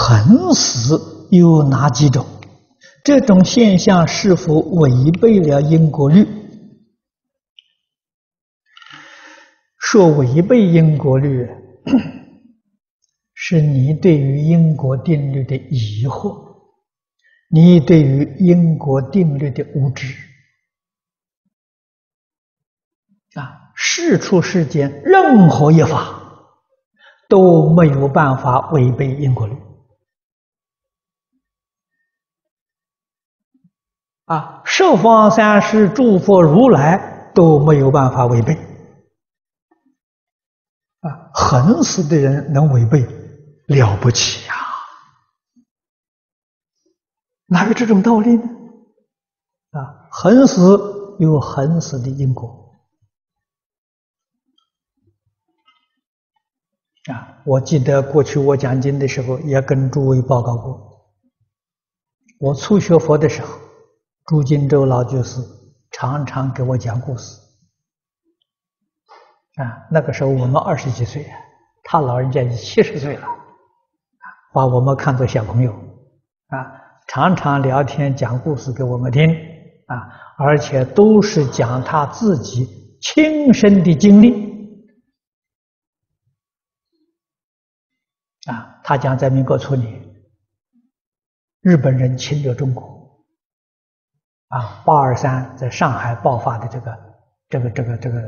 横死有哪几种？这种现象是否违背了因果律？说违背因果律，是你对于因果定律的疑惑，你对于因果定律的无知。世出世间任何一法都没有办法违背因果律。十方三世诸佛如来都没有办法违背。横死的人能违背，了不起呀！哪有这种道理呢？横死有横死的因果。我记得过去我讲经的时候也跟诸位报告过，我初学佛的时候，朱金洲老居士常常给我讲故事。那个时候我们20几岁，他老人家已70岁了，把我们看作小朋友，常常聊天讲故事给我们听，而且都是讲他自己亲身的经历。他讲在民国初年，日本人侵略中国，823在上海爆发的这个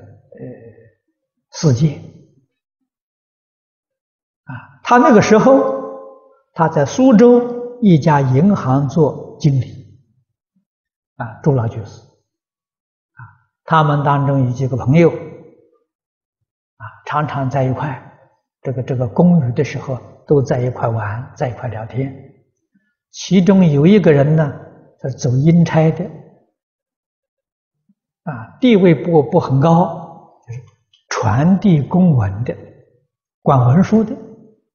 事件，他那个时候他在苏州一家银行做经理，朱老居士，他们当中有几个朋友，常常在一块，这个公余的时候都在一块玩，在一块聊天。其中有一个人呢，是走阴差的，地位不很高，就是传递公文的，管文书的，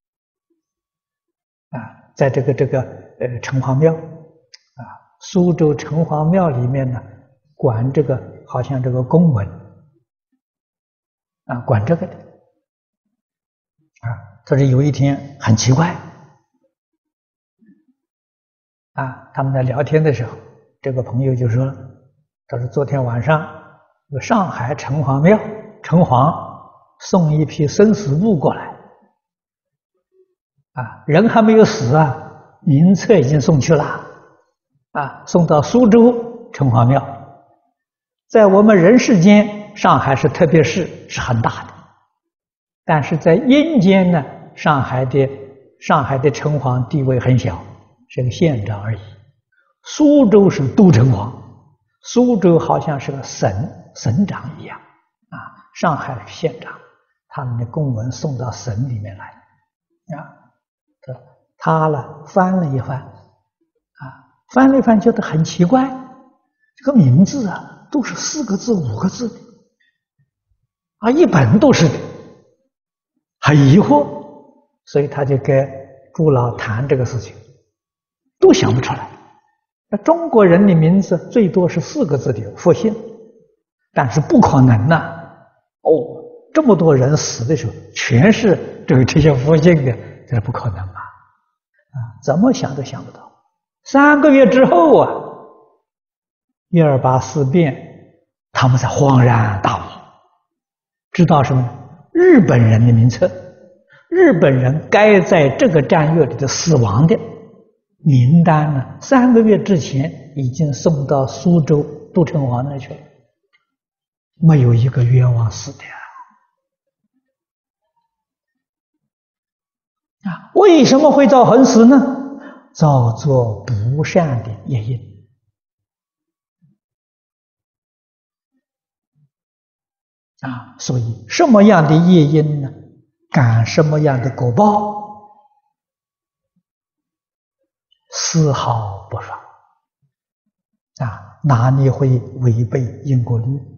在这个城隍庙，苏州城隍庙里面呢，管这个好像这个公文，管这个的，他说有一天很奇怪，他们在聊天的时候，这个朋友就说，他说昨天晚上上海城隍庙城隍送一批生死簿过来，人还没有死名册已经送去了，送到苏州城隍庙。在我们人世间，上海是特别市，是很大的，但是在阴间呢，上海的城隍地位很小，是个县长而已。苏州是都城隍，苏州好像是个省长一样，上海是县长，他们的公文送到省里面来，他呢翻了一翻，觉得很奇怪，这个名字都是4个字、5个字的，一本都是的，很疑惑，所以他就跟朱老谈这个事情，都想不出来。那中国人的名字最多是4个字的复姓，但是不可能这么多人死的时候全是这些复姓的，这不可能嘛，怎么想都想不到。3个月之后128事变，他们才恍然大悟，知道什么呢？日本人的名册，日本人该在这个战役里的死亡的名单呢，3个月之前已经送到苏州都城隍那去了，没有一个冤枉死的为什么会造横死呢？造作不善的业因。所以什么样的业因呢，感什么样的果报，丝毫不爽，哪里会违背因果律？